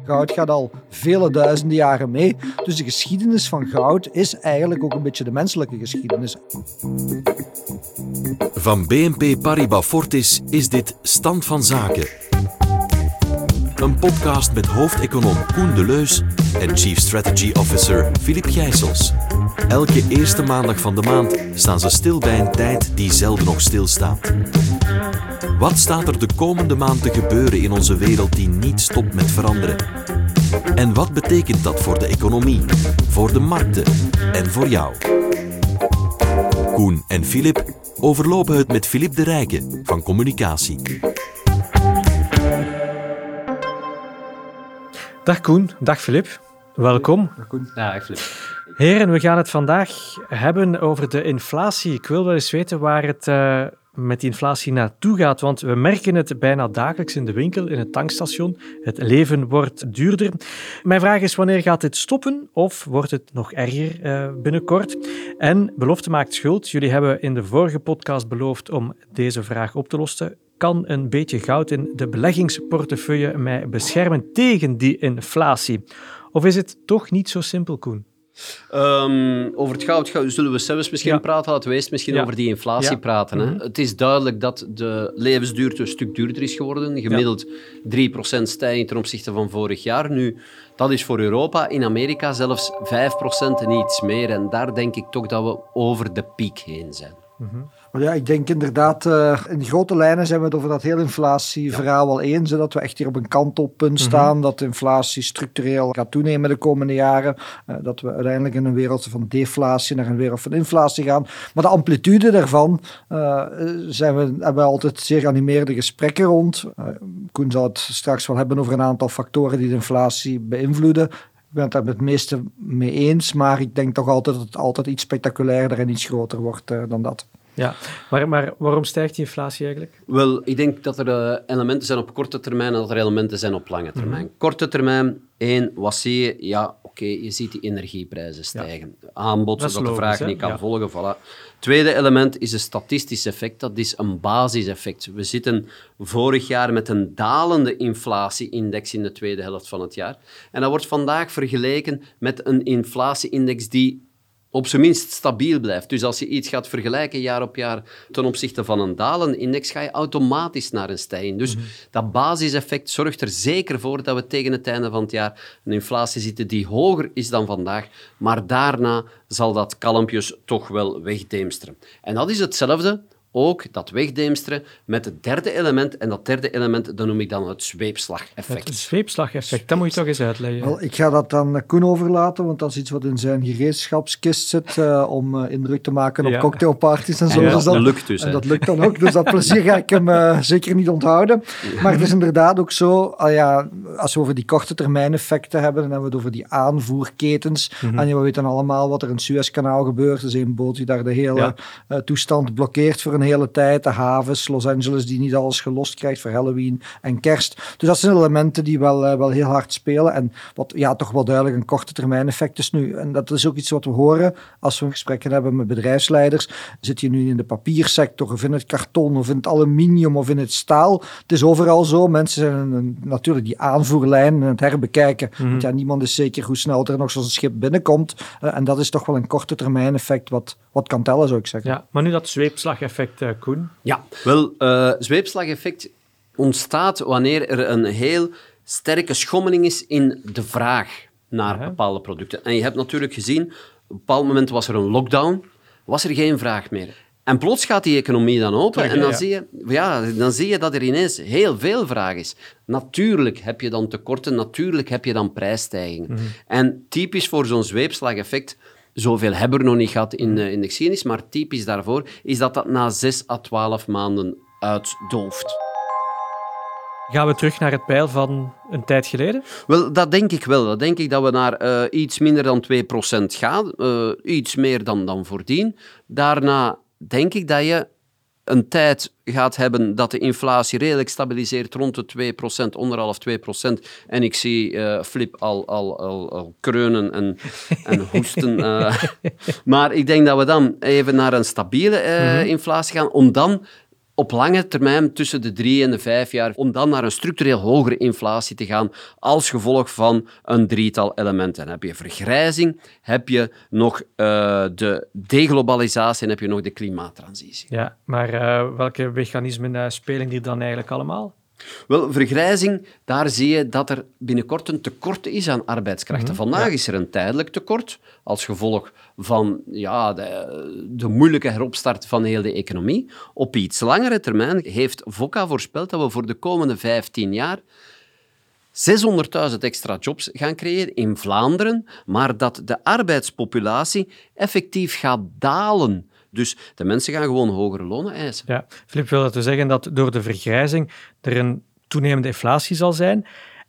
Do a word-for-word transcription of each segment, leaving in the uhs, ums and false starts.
Goud gaat al vele duizenden jaren mee. Dus de geschiedenis van goud is eigenlijk ook een beetje de menselijke geschiedenis. Van B N P Paribas Fortis is dit Stand van Zaken. Een podcast met hoofdeconoom Koen Deleus en Chief Strategy Officer Philippe Gijsels. Elke eerste maandag van de maand staan ze stil bij een tijd die zelden nog stilstaat. Wat staat er de komende maand te gebeuren in onze wereld die niet stopt met veranderen? En wat betekent dat voor de economie, voor de markten en voor jou? Koen en Philippe overlopen het met Philippe de Rijke van Communicatie. Dag Koen, dag Philippe. Welkom. Dag Koen. Dag Philippe. Heren, we gaan het vandaag hebben over de inflatie. Ik wil wel eens weten waar het uh, met die inflatie naartoe gaat, want we merken het bijna dagelijks in de winkel, in het tankstation. Het leven wordt duurder. Mijn vraag is, wanneer gaat dit stoppen of wordt het nog erger uh, binnenkort? En belofte maakt schuld. Jullie hebben in de vorige podcast beloofd om deze vraag op te lossen. Kan een beetje goud in de beleggingsportefeuille mij beschermen tegen die inflatie? Of is het toch niet zo simpel, Koen? Um, over het goud zullen we zelfs misschien ja. praten. Laten we eerst misschien ja. over die inflatie ja. praten. Hè. Mm-hmm. Het is duidelijk dat de levensduur een stuk duurder is geworden. Gemiddeld ja. drie procent stijging ten opzichte van vorig jaar. Nu, dat is voor Europa. In Amerika zelfs vijf procent en iets meer. En daar denk ik toch dat we over de piek heen zijn. Mm-hmm. Maar ja, ik denk inderdaad, uh, in grote lijnen zijn we het over dat hele inflatieverhaal wel eens. Hè, dat we echt hier op een kantelpunt staan. Mm-hmm. Dat de inflatie structureel gaat toenemen de komende jaren. Uh, dat we uiteindelijk in een wereld van deflatie naar een wereld van inflatie gaan. Maar de amplitude daarvan uh, zijn we, hebben we altijd zeer geanimeerde gesprekken rond. Uh, Koen zal het straks wel hebben over een aantal factoren die de inflatie beïnvloeden. Ik ben het daar met het meeste mee eens, maar ik denk toch altijd dat het altijd iets spectaculairder en iets groter wordt uh, dan dat. Ja, maar, maar waarom stijgt die inflatie eigenlijk? Wel, ik denk dat er uh, elementen zijn op korte termijn en dat er elementen zijn op lange termijn. Mm-hmm. Korte termijn, één, wat zie je? Ja, oké, okay, je ziet die energieprijzen stijgen. Ja. Aanbod, dat, dat logisch, de vraag hè? niet kan ja. volgen. Voilà. Tweede element is een statistisch effect. Dat is een basiseffect. We zitten vorig jaar met een dalende inflatie-index in de tweede helft van het jaar. En dat wordt vandaag vergeleken met een inflatie-index die op zijn minst stabiel blijft. Dus als je iets gaat vergelijken jaar op jaar ten opzichte van een dalende index, ga je automatisch naar een stijging. Dus mm-hmm. dat basiseffect zorgt er zeker voor dat we tegen het einde van het jaar een inflatie zitten die hoger is dan vandaag, maar daarna zal dat kalmpjes toch wel wegdeemsteren. En dat is hetzelfde, ook dat wegdeemsteren met het derde element. En dat derde element, dat noem ik dan het zweepslageffect. Het zweepslageffect, dat moet je toch eens uitleggen. Wel, ik ga dat aan Koen overlaten, want dat is iets wat in zijn gereedschapskist zit uh, om uh, indruk te maken op ja. cocktailparties en zo. En ja, dus dat, dat lukt dus. En dat lukt dan ook, dus dat plezier ga ik hem uh, zeker niet onthouden. Maar het is inderdaad ook zo, uh, ja, als we over die korte termijn effecten hebben, dan hebben we het over die aanvoerketens. Mm-hmm. En we weten allemaal wat er in het Suezkanaal gebeurt. Er is een boot die daar de hele ja. uh, toestand blokkeert voor een hele tijd. De havens, Los Angeles, die niet alles gelost krijgt voor Halloween en kerst. Dus dat zijn elementen die wel, uh, wel heel hard spelen en wat ja, toch wel duidelijk een korte termijn effect is nu. En dat is ook iets wat we horen als we gesprekken hebben met bedrijfsleiders. Zit je nu in de papiersector of in het karton of in het aluminium of in het staal? Het is overal zo. Mensen zijn een, een, natuurlijk die aanvoerlijn en het herbekijken. Mm-hmm. Want ja, niemand is zeker hoe snel er nog zo'n schip binnenkomt. Uh, en dat is toch wel een korte termijn effect wat, wat kan tellen, zou ik zeggen. Ja, maar nu dat zweepslageffect, Uh, Koen? Ja, wel, uh, zweepslageffect ontstaat wanneer er een heel sterke schommeling is in de vraag naar uh-huh. bepaalde producten. En je hebt natuurlijk gezien, op een bepaald moment was er een lockdown, was er geen vraag meer. En plots gaat die economie dan open Terug, en dan, ja. zie je, ja, dan zie je dat er ineens heel veel vraag is. Natuurlijk heb je dan tekorten, natuurlijk heb je dan prijsstijgingen. Uh-huh. En typisch voor zo'n zweepslageffect, zoveel hebben we nog niet gehad in, uh, in de geschiedenis, maar typisch daarvoor is dat dat na zes à twaalf maanden uitdooft. Gaan we terug naar het peil van een tijd geleden? Wel, dat denk ik wel. Dat denk ik dat we naar uh, iets minder dan twee procent gaan. Uh, iets meer dan, dan voordien. Daarna denk ik dat je een tijd gaat hebben dat de inflatie redelijk stabiliseert rond de twee procent, onderhalf twee procent. En ik zie uh, Flip al, al, al, al kreunen en, en hoesten. Uh. Maar ik denk dat we dan even naar een stabiele uh, mm-hmm. inflatie gaan, om dan op lange termijn tussen de drie en de vijf jaar, om dan naar een structureel hogere inflatie te gaan als gevolg van een drietal elementen. Dan heb je vergrijzing, heb je nog uh, de deglobalisatie en heb je nog de klimaattransitie. Ja, maar uh, welke mechanismen uh, spelen die dan eigenlijk allemaal? Wel, vergrijzing, daar zie je dat er binnenkort een tekort is aan arbeidskrachten. Mm-hmm. Vandaag ja. is er een tijdelijk tekort als gevolg van ja, de, de moeilijke heropstart van heel de economie. Op iets langere termijn heeft V O C A voorspeld dat we voor de komende vijftien jaar zeshonderdduizend extra jobs gaan creëren in Vlaanderen, maar dat de arbeidspopulatie effectief gaat dalen. Dus de mensen gaan gewoon hogere lonen eisen. Ja, Filip, wil dat dus zeggen dat door de vergrijzing er een toenemende inflatie zal zijn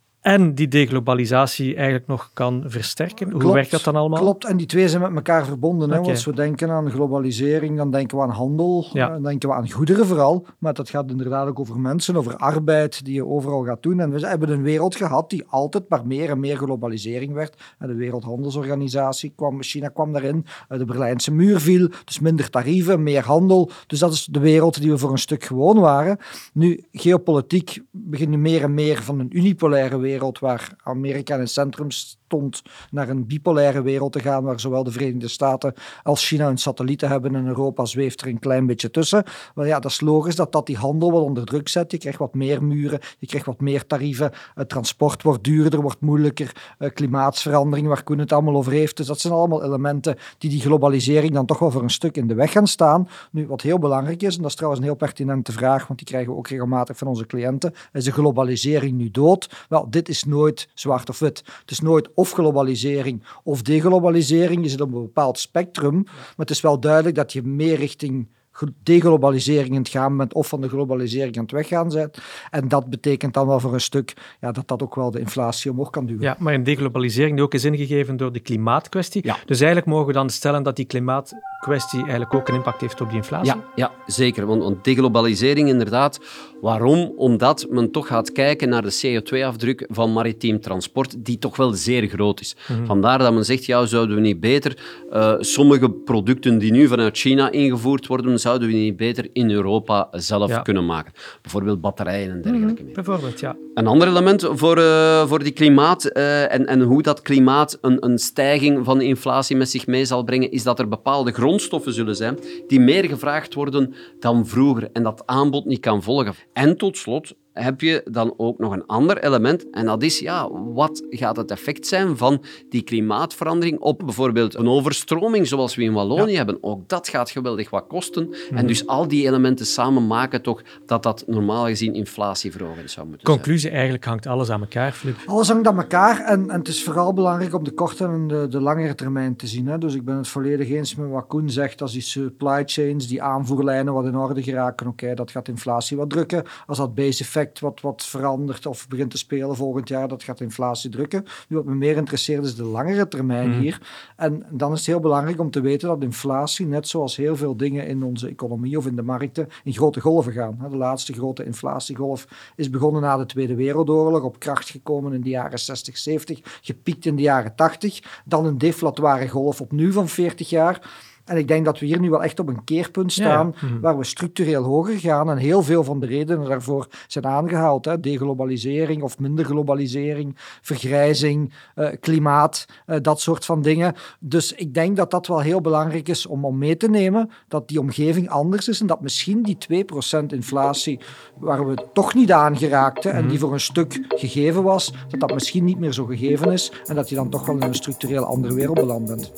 en die deglobalisatie eigenlijk nog kan versterken? Hoe klopt, werkt dat dan allemaal? Klopt, en die twee zijn met elkaar verbonden. Hè? Okay. Als we denken aan globalisering, dan denken we aan handel, ja. dan denken we aan goederen vooral, maar dat gaat inderdaad ook over mensen, over arbeid die je overal gaat doen. En we hebben een wereld gehad die altijd maar meer en meer globalisering werd. De Wereldhandelsorganisatie kwam, China kwam daarin, de Berlijnse muur viel, dus minder tarieven, meer handel. Dus dat is de wereld die we voor een stuk gewoon waren. Nu, geopolitiek begint nu meer en meer van een unipolaire wereld wereld waar Amerika in het centrum stond, naar een bipolaire wereld te gaan, waar zowel de Verenigde Staten als China hun satellieten hebben en Europa zweeft er een klein beetje tussen. Wel ja, dat is logisch dat dat die handel wat onder druk zet. Je krijgt wat meer muren, je krijgt wat meer tarieven, het transport wordt duurder, wordt moeilijker, klimaatsverandering, waar Koen het allemaal over heeft. Dus dat zijn allemaal elementen die die globalisering dan toch wel voor een stuk in de weg gaan staan. Nu, wat heel belangrijk is, en dat is trouwens een heel pertinente vraag, want die krijgen we ook regelmatig van onze cliënten, is de globalisering nu dood? Wel, dit is nooit zwart of wit. Het is nooit of globalisering of deglobalisering. Je zit op een bepaald spectrum, maar het is wel duidelijk dat je meer richting deglobalisering aan het gaan bent of van de globalisering aan het weggaan bent. En dat betekent dan wel voor een stuk ja, dat dat ook wel de inflatie omhoog kan duwen. Ja, maar een deglobalisering die ook is ingegeven door de klimaatkwestie. Ja. Dus eigenlijk mogen we dan stellen dat die klimaatkwestie eigenlijk ook een impact heeft op die inflatie? Ja, ja zeker. Want, want deglobalisering inderdaad. Waarom? Omdat men toch gaat kijken naar de C O twee afdruk van maritiem transport, die toch wel zeer groot is. Mm-hmm. Vandaar dat men zegt, ja, zouden we niet beter uh, sommige producten die nu vanuit China ingevoerd worden, zouden we niet beter in Europa zelf ja. kunnen maken. Bijvoorbeeld batterijen en dergelijke. Mm, bijvoorbeeld, ja. Een ander element voor, uh, voor die klimaat uh, en, en hoe dat klimaat een, een stijging van de inflatie met zich mee zal brengen, is dat er bepaalde grondstoffen zullen zijn die meer gevraagd worden dan vroeger en dat aanbod niet kan volgen. En tot slot heb je dan ook nog een ander element en dat is, ja, wat gaat het effect zijn van die klimaatverandering op bijvoorbeeld een overstroming zoals we in Wallonië ja. hebben. Ook dat gaat geweldig wat kosten. Mm-hmm. En dus al die elementen samen maken toch dat dat normaal gezien inflatieverhogend zou moeten Conclusie, zijn. Conclusie, eigenlijk hangt alles aan elkaar, Filip. Alles hangt aan elkaar en, en het is vooral belangrijk om de korte en de, de langere termijn te zien. Hè. Dus ik ben het volledig eens met wat Koen zegt. Als die supply chains, die aanvoerlijnen wat in orde geraken, oké, okay, dat gaat inflatie wat drukken. Als dat base effect Wat, wat verandert of begint te spelen volgend jaar, dat gaat inflatie drukken. Nu, wat me meer interesseert is de langere termijn mm. hier. En dan is het heel belangrijk om te weten dat inflatie, net zoals heel veel dingen in onze economie of in de markten, in grote golven gaan. De laatste grote inflatiegolf is begonnen na de Tweede Wereldoorlog, op kracht gekomen in de jaren zestig, zeventig, gepiekt in de jaren tachtig, dan een deflatoire golf op nu van veertig jaar. En ik denk dat we hier nu wel echt op een keerpunt staan, ja, ja. Mm-hmm. waar we structureel hoger gaan. En heel veel van de redenen daarvoor zijn aangehaald. Hè. Deglobalisering of minder globalisering, vergrijzing, uh, klimaat, uh, dat soort van dingen. Dus ik denk dat dat wel heel belangrijk is om, om mee te nemen, dat die omgeving anders is en dat misschien die twee procent inflatie, waar we toch niet aan geraakten mm-hmm. en die voor een stuk gegeven was, dat dat misschien niet meer zo gegeven is en dat je dan toch wel in een structureel andere wereld beland bent.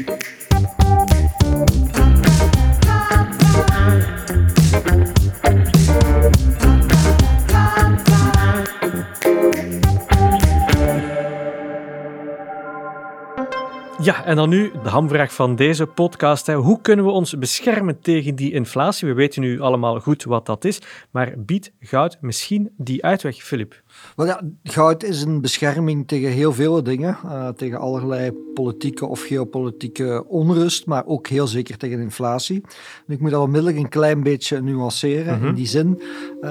Ja, en dan nu de hamvraag van deze podcast. Hè. Hoe kunnen we ons beschermen tegen die inflatie? We weten nu allemaal goed wat dat is, maar biedt goud misschien die uitweg, Filip? Wel ja, goud is een bescherming tegen heel veel dingen. Uh, tegen allerlei politieke of geopolitieke onrust, maar ook heel zeker tegen inflatie. En ik moet dat onmiddellijk een klein beetje nuanceren. Mm-hmm. In die zin, uh,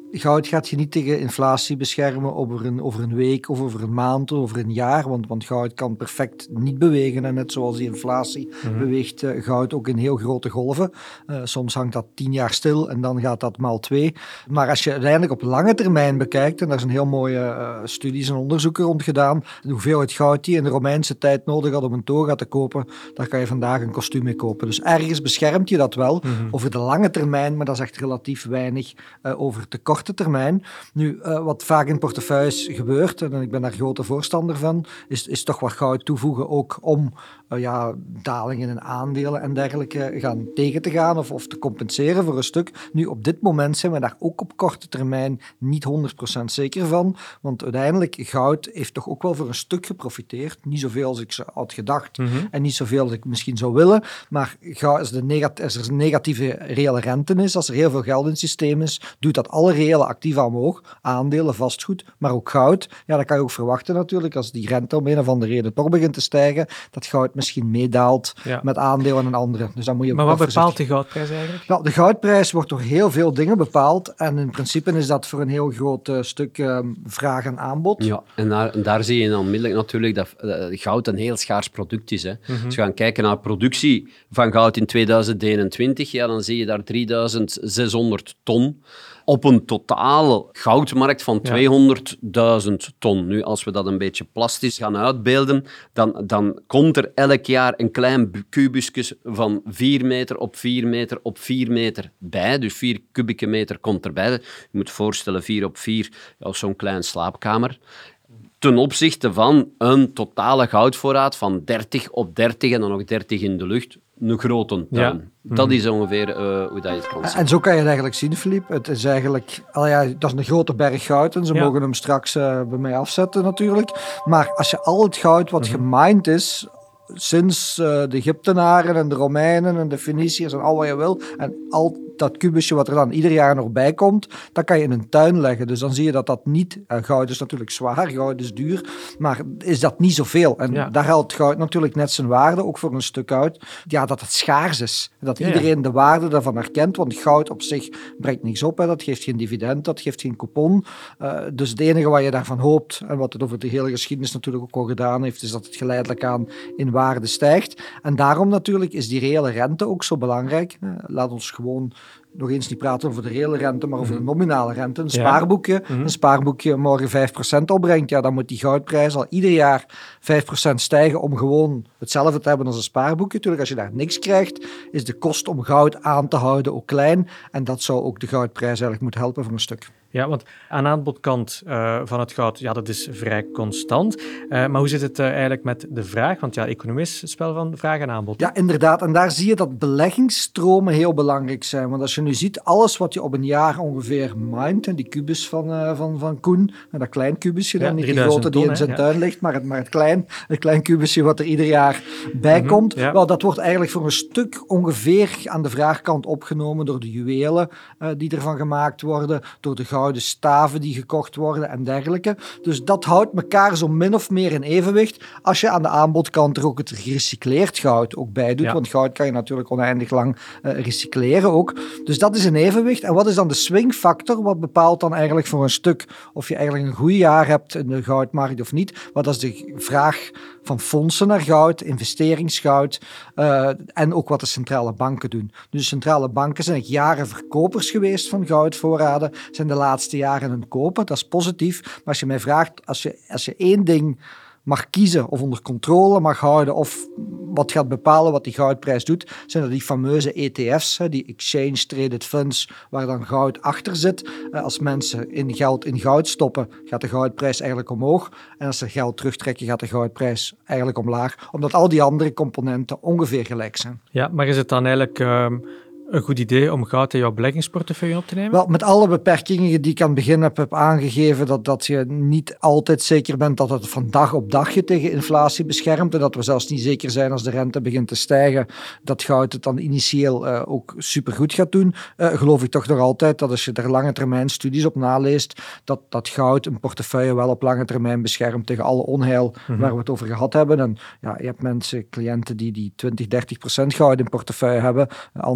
goud gaat je niet tegen inflatie beschermen over een, over een week of over een maand of over een jaar, want, want goud kan perfect niet bewegen. En net zoals die inflatie mm-hmm. beweegt uh, goud ook in heel grote golven. Uh, soms hangt dat tien jaar stil en dan gaat dat maal twee. Maar als je uiteindelijk op lange termijn bekijkt, en daar is een heel mooie uh, studies en onderzoeken rond gedaan, de hoeveelheid goud die in de Romeinse tijd nodig had om een toga te kopen, daar kan je vandaag een kostuum mee kopen. Dus ergens beschermt je dat wel mm-hmm. over de lange termijn, maar dat is echt relatief weinig uh, over de korte termijn. Nu, uh, wat vaak in portefeuilles gebeurt, en ik ben daar grote voorstander van, is, is toch wat goud toevoegen ook om uh, ja, dalingen in aandelen en dergelijke gaan tegen te gaan of, of te compenseren voor een stuk. Nu, op dit moment zijn we daar ook op korte termijn niet honderd procent zeker van, want uiteindelijk goud heeft toch ook wel voor een stuk geprofiteerd. Niet zoveel als ik had gedacht mm-hmm. en niet zoveel als ik misschien zou willen, maar goud, als, de negat- als er een negatieve reële rente is, als er heel veel geld in het systeem is, doet dat alle reële activa omhoog, aandelen, vastgoed, maar ook goud. Ja, dat kan je ook verwachten natuurlijk, als die rente om een of andere reden toch begint te stijgen, dat goud misschien meedaalt ja. met aandelen en andere. Dus dan moet je maar wat bepaalt de goudprijs eigenlijk? Nou, de goudprijs wordt door heel veel dingen bepaald en in principe is dat voor een heel groot uh, stuk uh, vraag en aanbod. Ja, en daar, en daar zie je dan onmiddellijk natuurlijk dat uh, goud een heel schaars product is. Hè. Mm-hmm. Als je gaat kijken naar productie van goud in tweeduizend eenentwintig, ja, dan zie je daar drieduizend zeshonderd ton op een totale goudmarkt van tweehonderdduizend ton. Nu, als we dat een beetje plastisch gaan uitbeelden, dan, dan komt er elk jaar een klein kubusje van vier meter op vier meter op vier meter bij. Dus vier kubieke meter komt erbij. Je moet je voorstellen, vier op vier, ja, zo'n klein slaapkamer. Ten opzichte van een totale goudvoorraad van dertig op dertig en dan nog dertig in de lucht. Een grote tuin. Ja. Dat is ongeveer uh, hoe dat je het kan zien. En zo kan je het eigenlijk zien, Philippe. Het is eigenlijk, oh ja, dat is een grote berg goud en ze ja. mogen hem straks uh, bij mij afzetten natuurlijk. Maar als je al het goud wat mm-hmm. gemined is, sinds uh, de Egyptenaren en de Romeinen en de Feniciërs en al wat je wil, en al dat kubusje wat er dan ieder jaar nog bij komt, dat kan je in een tuin leggen. Dus dan zie je dat dat niet... Uh, goud is natuurlijk zwaar, goud is duur, maar is dat niet zoveel. En ja. daar haalt goud natuurlijk net zijn waarde, ook voor een stuk uit. Ja, dat het schaars is. Dat ja, iedereen ja. de waarde daarvan herkent, want goud op zich brengt niks op. Hè. Dat geeft geen dividend, dat geeft geen coupon. Uh, dus het enige wat je daarvan hoopt, en wat het over de hele geschiedenis natuurlijk ook al gedaan heeft, is dat het geleidelijk aan in waarde stijgt. En daarom natuurlijk is die reële rente ook zo belangrijk. Uh, laat ons gewoon nog eens niet praten over de reële rente, maar over de nominale rente. Een spaarboekje, ja. mm-hmm. een spaarboekje morgen vijf procent opbrengt, ja, dan moet die goudprijs al ieder jaar vijf procent stijgen om gewoon hetzelfde te hebben als een spaarboekje. Natuurlijk, als je daar niks krijgt, is de kost om goud aan te houden ook klein. En dat zou ook de goudprijs eigenlijk moeten helpen voor een stuk. Ja, want aan de aanbodkant uh, van het goud, ja, dat is vrij constant. Uh, maar hoe zit het uh, eigenlijk met de vraag? Want ja, economie is het spel van vraag en aanbod. Ja, inderdaad. En daar zie je dat beleggingsstromen heel belangrijk zijn. Want als je nu ziet, alles wat je op een jaar ongeveer mined, die kubus van, uh, van, van Koen, en dat klein kubusje, ja, dan niet die grote die in zijn hè, tuin ja. ligt, maar het, maar het klein, het klein kubusje wat er ieder jaar bij mm-hmm, komt, ja. wel, dat wordt eigenlijk voor een stuk ongeveer aan de vraagkant opgenomen door de juwelen uh, die ervan gemaakt worden, door de gouden staven die gekocht worden en dergelijke. Dus dat houdt elkaar zo min of meer in evenwicht als je aan de aanbodkant er ook het gerecycleerd goud ook bij doet, ja. want goud kan je natuurlijk oneindig lang uh, recycleren ook. Dus dat is een evenwicht. En wat is dan de swingfactor? Wat bepaalt dan eigenlijk voor een stuk of je eigenlijk een goed jaar hebt in de goudmarkt of niet? Wat is de vraag van fondsen naar goud, investeringsgoud uh, en ook wat de centrale banken doen. Dus de centrale banken zijn jaren verkopers geweest van goudvoorraden, zijn de laatste jaren een koper. Dat is positief. Maar als je mij vraagt, als je, als je één ding mag kiezen of onder controle mag houden of wat gaat bepalen wat die goudprijs doet, zijn dat die fameuze E T F's, die Exchange Traded Funds, waar dan goud achter zit. Als mensen in geld in goud stoppen, gaat de goudprijs eigenlijk omhoog. En als ze geld terugtrekken, gaat de goudprijs eigenlijk omlaag. Omdat al die andere componenten ongeveer gelijk zijn. Ja, maar is het dan eigenlijk Um... een goed idee om goud in jouw beleggingsportefeuille op te nemen? Wel, met alle beperkingen die ik aan het begin heb, heb aangegeven, dat, dat je niet altijd zeker bent dat het van dag op dag je tegen inflatie beschermt en dat we zelfs niet zeker zijn als de rente begint te stijgen, dat goud het dan initieel uh, ook supergoed gaat doen. Uh, geloof ik toch nog altijd dat als je er lange termijn studies op naleest, dat, dat goud een portefeuille wel op lange termijn beschermt tegen alle onheil mm-hmm. waar we het over gehad hebben. En ja, je hebt mensen, cliënten die, die twintig, dertig procent goud in portefeuille hebben, anderen willen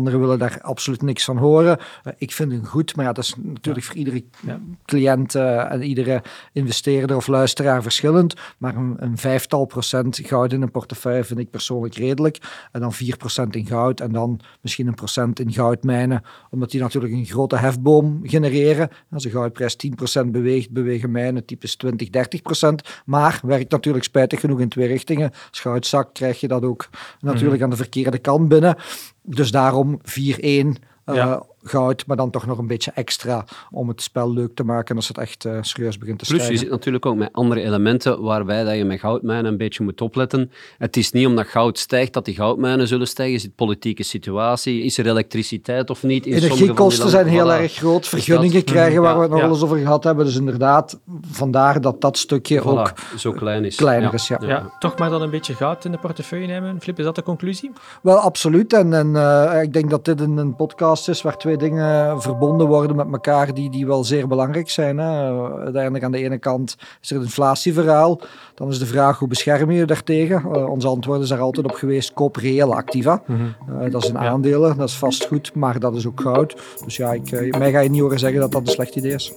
daar absoluut niks van horen. Uh, ik vind het goed, maar ja, dat is natuurlijk ja. voor iedere ja. cliënt uh, en iedere investeerder of luisteraar verschillend. Maar een, een vijftal procent goud in een portefeuille vind ik persoonlijk redelijk. En dan vier procent in goud en dan misschien een procent in goudmijnen, omdat die natuurlijk een grote hefboom genereren. Als de goudprijs tien procent beweegt, bewegen mijnen typisch twintig, dertig procent. Maar werkt natuurlijk spijtig genoeg in twee richtingen. Als goud zakt, krijg je dat ook natuurlijk mm-hmm. aan de verkeerde kant binnen. Dus daarom vier één uh, ja. goud, maar dan toch nog een beetje extra om het spel leuk te maken als het echt uh, serieus begint te stijgen. Plus, je zit natuurlijk ook met andere elementen waarbij dat je met goudmijnen een beetje moet opletten. Het is niet omdat goud stijgt dat die goudmijnen zullen stijgen. Is het politieke situatie? Is er elektriciteit of niet? Energiekosten zijn heel voilà. erg groot. Vergunningen dat, krijgen waar ja, we het nog ja. wel eens over gehad hebben. Dus inderdaad, vandaar dat dat stukje voilà, ook zo klein is. kleiner ja. is. Ja. Ja. Ja, toch maar dan een beetje goud in de portefeuille nemen. Flip, is dat de conclusie? Wel, absoluut. En, en uh, ik denk dat dit een, een podcast is waar twee dingen verbonden worden met elkaar die, die wel zeer belangrijk zijn. Hè. Uiteindelijk aan de ene kant is er het inflatieverhaal. Dan is de vraag, hoe bescherm je je daartegen? Uh, onze antwoord is daar altijd op geweest, koop reële activa. Mm-hmm. Uh, dat is een ja. aandelen, dat is vastgoed, maar dat is ook goud. Dus ja, ik, uh, mij ga je niet horen zeggen dat dat een slecht idee is.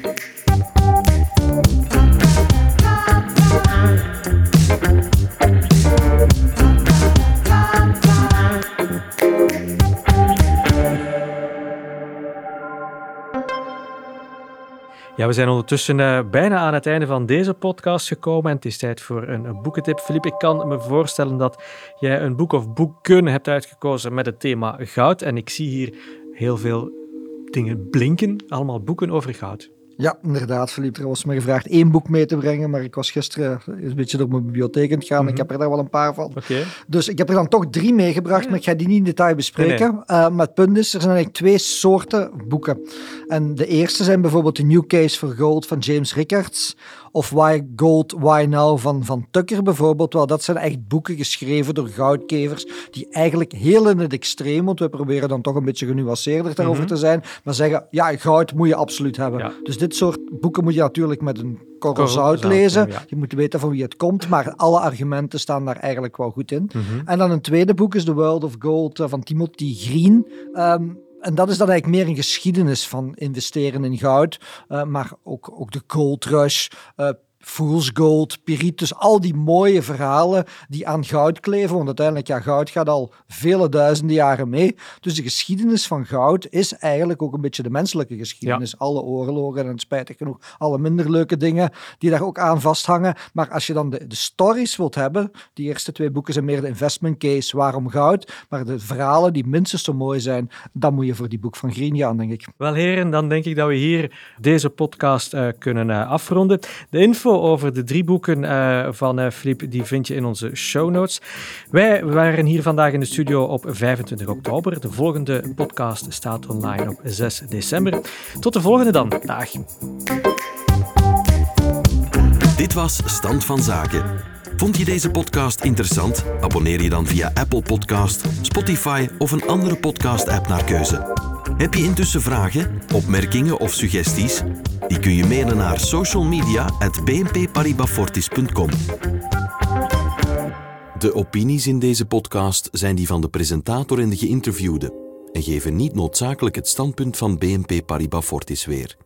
Ja, we zijn ondertussen uh, bijna aan het einde van deze podcast gekomen en het is tijd voor een, een boekentip. Filip, ik kan me voorstellen dat jij een boek of boeken hebt uitgekozen met het thema goud en ik zie hier heel veel dingen blinken, allemaal boeken over goud. Ja, inderdaad, Filip. Er was me gevraagd één boek mee te brengen, maar ik was gisteren een beetje door mijn bibliotheek aan het gaan. Mm-hmm. Ik heb er daar wel een paar van. Okay. Dus ik heb er dan toch drie meegebracht, ja. maar ik ga die niet in detail bespreken. Nee, nee. Uh, maar het punt is, er zijn eigenlijk twee soorten boeken. En de eerste zijn bijvoorbeeld The New Case for Gold van James Rickards of Why Gold, Why Now van, van Tucker bijvoorbeeld. Wel, dat zijn echt boeken geschreven door goudkevers die eigenlijk heel in het extreem, want we proberen dan toch een beetje genuanceerder daarover mm-hmm. te zijn, maar zeggen, ja, goud moet je absoluut hebben. Ja. Dus dit soort boeken moet je natuurlijk met een korrel zout lezen. Ja. Je moet weten van wie het komt, maar alle argumenten staan daar eigenlijk wel goed in. Mm-hmm. En dan een tweede boek is The World of Gold van Timothy Green. Um, En dat is dan eigenlijk meer een geschiedenis van investeren in goud, uh, maar ook, ook de gold rush, uh, Fool's Gold, Pyrite, dus al die mooie verhalen die aan goud kleven, want uiteindelijk, ja, goud gaat al vele duizenden jaren mee. Dus de geschiedenis van goud is eigenlijk ook een beetje de menselijke geschiedenis. Ja. Alle oorlogen en spijtig genoeg alle minder leuke dingen die daar ook aan vasthangen. Maar als je dan de, de stories wilt hebben, die eerste twee boeken zijn meer de investment case, waarom goud, maar de verhalen die minstens zo mooi zijn, dan moet je voor die boek van Green gaan, denk ik. Wel heren, dan denk ik dat we hier deze podcast uh, kunnen uh, afronden. De info over de drie boeken uh, van uh, Filip, die vind je in onze show notes. Wij waren hier vandaag in de studio op vijfentwintig oktober. De volgende podcast staat online op zes december. Tot de volgende dan. Dag. Dit was Stand van Zaken. Vond je deze podcast interessant? Abonneer je dan via Apple Podcast, Spotify of een andere podcast-app naar keuze. Heb je intussen vragen, opmerkingen of suggesties? Die kun je mailen naar socialmedia at b n p paribas fortis punt com. De opinies in deze podcast zijn die van de presentator en de geïnterviewde en geven niet noodzakelijk het standpunt van B N P Paribas Fortis weer.